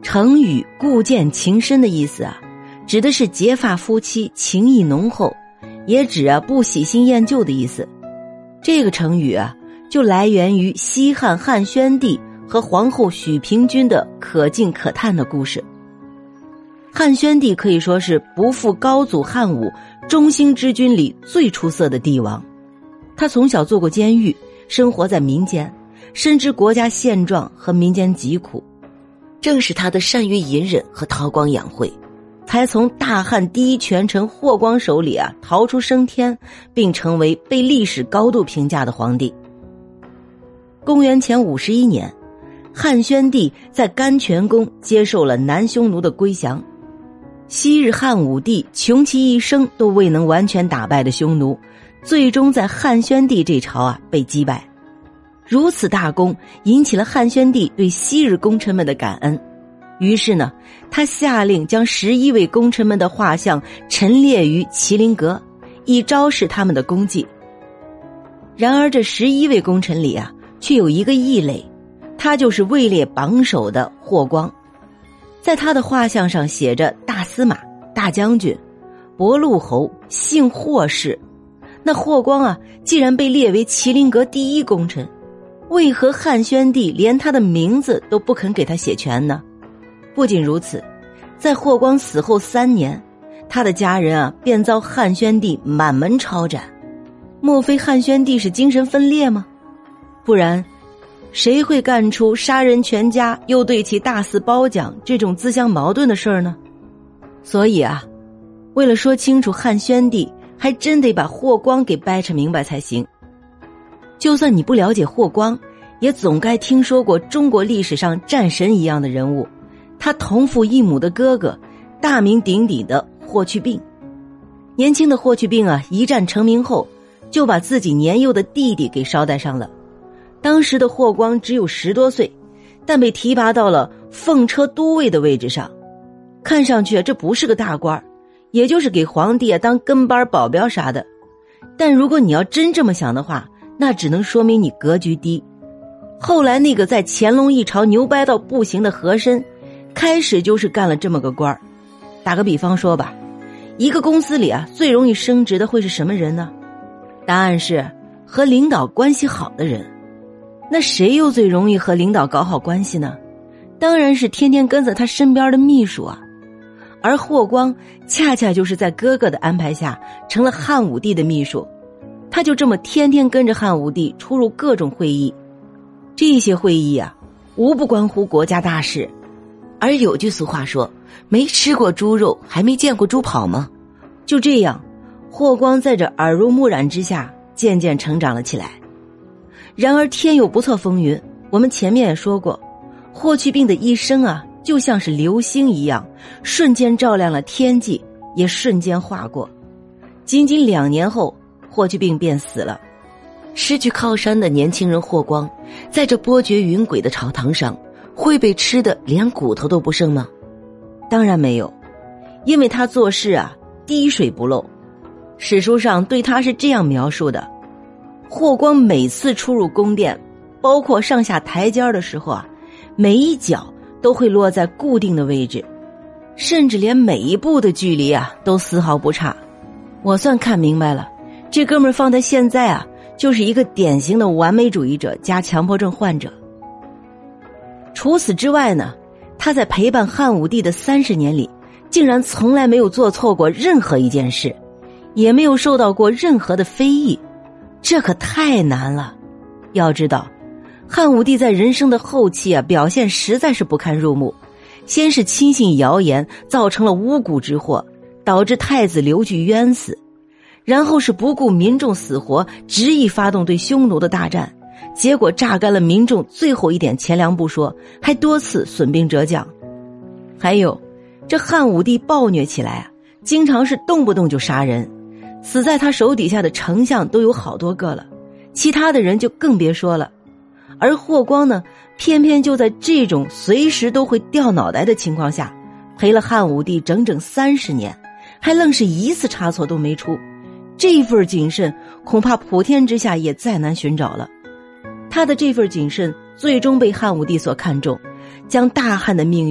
成语故见情深的意思啊，指的是结发夫妻情谊浓厚，也指不喜新厌旧的意思。这个成语啊，就来源于西汉汉宣帝和皇后许平君的可敬可叹的故事。汉宣帝可以说是不负高祖汉武中兴之君里最出色的帝王，他从小做过监狱，生活在民间，深知国家现状和民间疾苦， 正是他的善于隐忍和韬光养晦， 才从大汉第一权臣霍光手里逃出升天，并成为被历史高度评价的皇帝。公元前51年，汉宣帝在甘泉宫接受了南匈奴的归降。昔日汉武帝穷其一生都未能完全打败的匈奴，最终在汉宣帝这朝被击败。如此大功引起了汉宣帝对昔日功臣们的感恩，于是呢，他下令将11位功臣们的画像陈列于麒麟阁，以昭示他们的功绩。然而这11位功臣里却有一个异类，他就是位列榜首的霍光。在他的画像上写着大司马、大将军、博陆侯，姓霍氏。那霍光既然被列为麒麟阁第一功臣，为何汉宣帝连他的名字都不肯给他写全呢？不仅如此，在霍光死后3年，他的家人便遭汉宣帝满门抄斩。莫非汉宣帝是精神分裂吗？不然谁会干出杀人全家又对其大肆褒奖这种自相矛盾的事儿呢？所以为了说清楚汉宣帝，还真得把霍光给掰扯明白才行。就算你不了解霍光，也总该听说过中国历史上战神一样的人物，他同父异母的哥哥，大名鼎鼎的霍去病。年轻的霍去病一战成名后，就把自己年幼的弟弟给捎带上了。当时的霍光只有10多岁，但被提拔到了奉车都尉的位置上。看上去这不是个大官，也就是给皇帝当跟班保镖啥的。但如果你要真这么想的话，那只能说明你格局低。后来那个在乾隆一朝牛掰到不行的和珅，开始就是干了这么个官。打个比方说吧，一个公司里最容易升职的会是什么人呢？答案是和领导关系好的人。那谁又最容易和领导搞好关系呢？当然是天天跟在他身边的秘书而霍光恰恰就是在哥哥的安排下成了汉武帝的秘书，他就这么天天跟着汉武帝出入各种会议。这些会议无不关乎国家大事。 而有句俗话说，没吃过猪肉还没见过猪跑吗？ 就这样，霍光在这耳濡目染之下渐渐成长了起来。然而天有不测风云，我们前面也说过，霍去病的一生就像是流星一样，瞬间照亮了天际，也瞬间划过。仅仅2年后，霍去病便死了。 失去靠山的年轻人霍光，在这波谲云诡的朝堂上，会被吃的连骨头都不剩吗？ 当然没有，因为他做事滴水不漏。史书上对他是这样描述的：霍光每次出入宫殿，包括上下台阶的时候每一脚都会落在固定的位置，甚至连每一步的距离都丝毫不差。我算看明白了，这哥们儿放在现在就是一个典型的完美主义者加强迫症患者。除此之外呢，他在陪伴汉武帝的30年里，竟然从来没有做错过任何一件事，也没有受到过任何的非议。这可太难了。要知道，汉武帝在人生的后期表现实在是不堪入目。先是轻信谣言，造成了巫蛊之祸，导致太子刘据冤死。然后是不顾民众死活，执意发动对匈奴的大战，结果榨干了民众最后一点钱粮不说，还多次损兵折将。还有，这汉武帝暴虐起来经常是动不动就杀人，死在他手底下的丞相都有好多个了，其他的人就更别说了。而霍光呢，偏偏就在这种随时都会掉脑袋的情况下，陪了汉武帝整整30年，还愣是一次差错都没出。这份谨慎恐怕普天之下也再难寻找了。他的这份谨慎最终被汉武帝所看重，将大汉的命运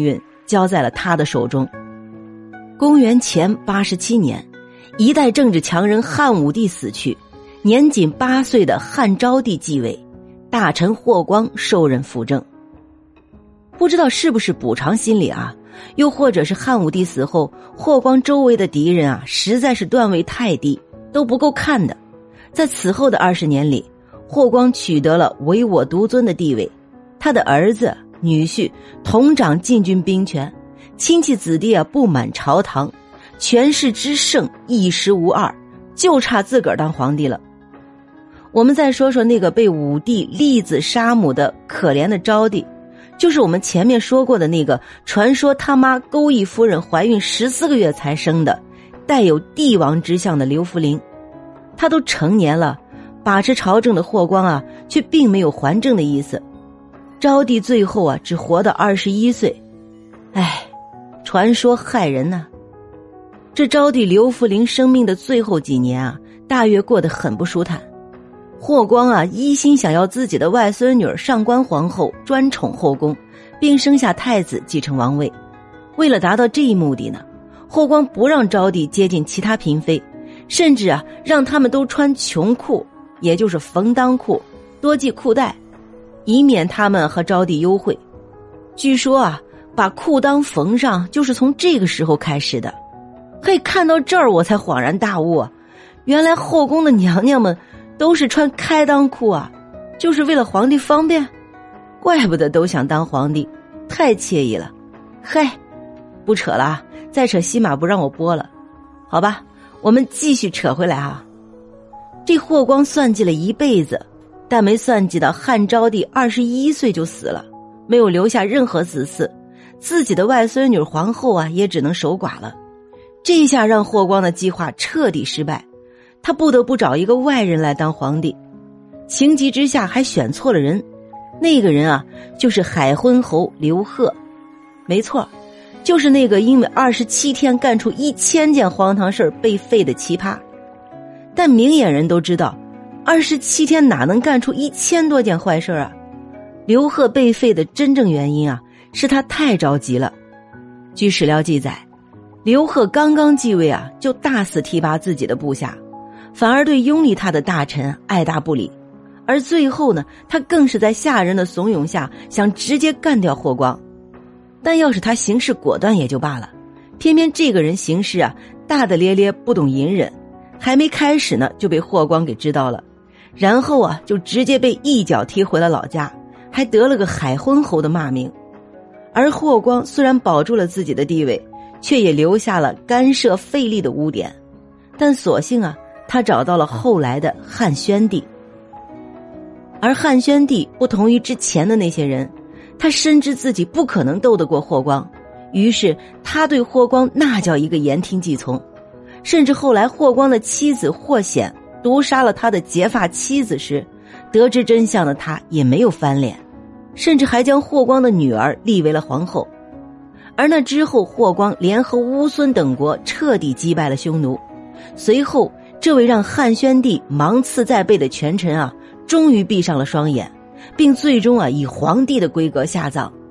交在了他的手中。公元前87年，一代政治强人汉武帝死去，年仅8岁的汉昭帝继位，大臣霍光受任辅政。不知道是不是补偿心理啊，又或者是汉武帝死后，霍光周围的敌人啊实在是段位太低，都不够看的。在此后的20年里，霍光取得了唯我独尊的地位，他的儿子、女婿同掌禁军兵权，亲戚子弟啊布满朝堂，权势之盛一时无二，就差自个儿当皇帝了。我们再说说那个被武帝立子杀母的可怜的昭帝，就是我们前面说过的那个传说他妈钩弋夫人怀孕14个月才生的，带有帝王之相的刘弗陵。他都成年了，把持朝政的霍光啊，却并没有还政的意思。昭帝最后啊，只活到21岁。唉，传说害人呐。这昭帝刘弗陵生命的最后几年啊，大约过得很不舒坦。霍光啊，一心想要自己的外孙女上官皇后专宠后宫，并生下太子继承王位。为了达到这一目的呢，霍光不让昭帝接近其他嫔妃，甚至啊让他们都穿穷裤，也就是缝裆裤，多系裤带，以免他们和昭帝幽会。据说啊，把裤裆缝上就是从这个时候开始的。嘿，看到这儿我才恍然大悟啊，原来后宫的娘娘们都是穿开裆裤啊，就是为了皇帝方便。怪不得都想当皇帝，太惬意了。嘿，不扯了啊，再扯西马不让我播了。好吧，我们继续扯回来啊。这霍光算计了一辈子，但没算计到汉昭帝21岁就死了，没有留下任何子嗣，自己的外孙女皇后啊也只能守寡了。这下让霍光的计划彻底失败，他不得不找一个外人来当皇帝。情急之下还选错了人，那个人啊就是海昏侯刘贺。没错，就是那个因为27天干出1000件荒唐事被废的奇葩。但明眼人都知道，27天哪能干出1000多件坏事啊？刘贺被废的真正原因啊，是他太着急了。据史料记载，刘贺刚刚继位啊，就大肆提拔自己的部下，反而对拥立他的大臣爱答不理。而最后呢，他更是在下人的怂恿下，想直接干掉霍光。但要是他行事果断也就罢了，偏偏这个人行事啊，大大咧咧，不懂隐忍，还没开始呢，就被霍光给知道了，然后啊，就直接被一脚踢回了老家，还得了个海昏侯的骂名。而霍光虽然保住了自己的地位，却也留下了干涉废立的污点。但所幸啊，他找到了后来的汉宣帝。而汉宣帝不同于之前的那些人，他深知自己不可能斗得过霍光，于是他对霍光那叫一个言听计从。甚至后来霍光的妻子霍显毒杀了他的结发妻子时，得知真相的他也没有翻脸，甚至还将霍光的女儿立为了皇后。而那之后，霍光联合乌孙等国彻底击败了匈奴。随后，这位让汉宣帝芒刺在背的权臣啊，终于闭上了双眼，并最终啊以皇帝的规格下葬，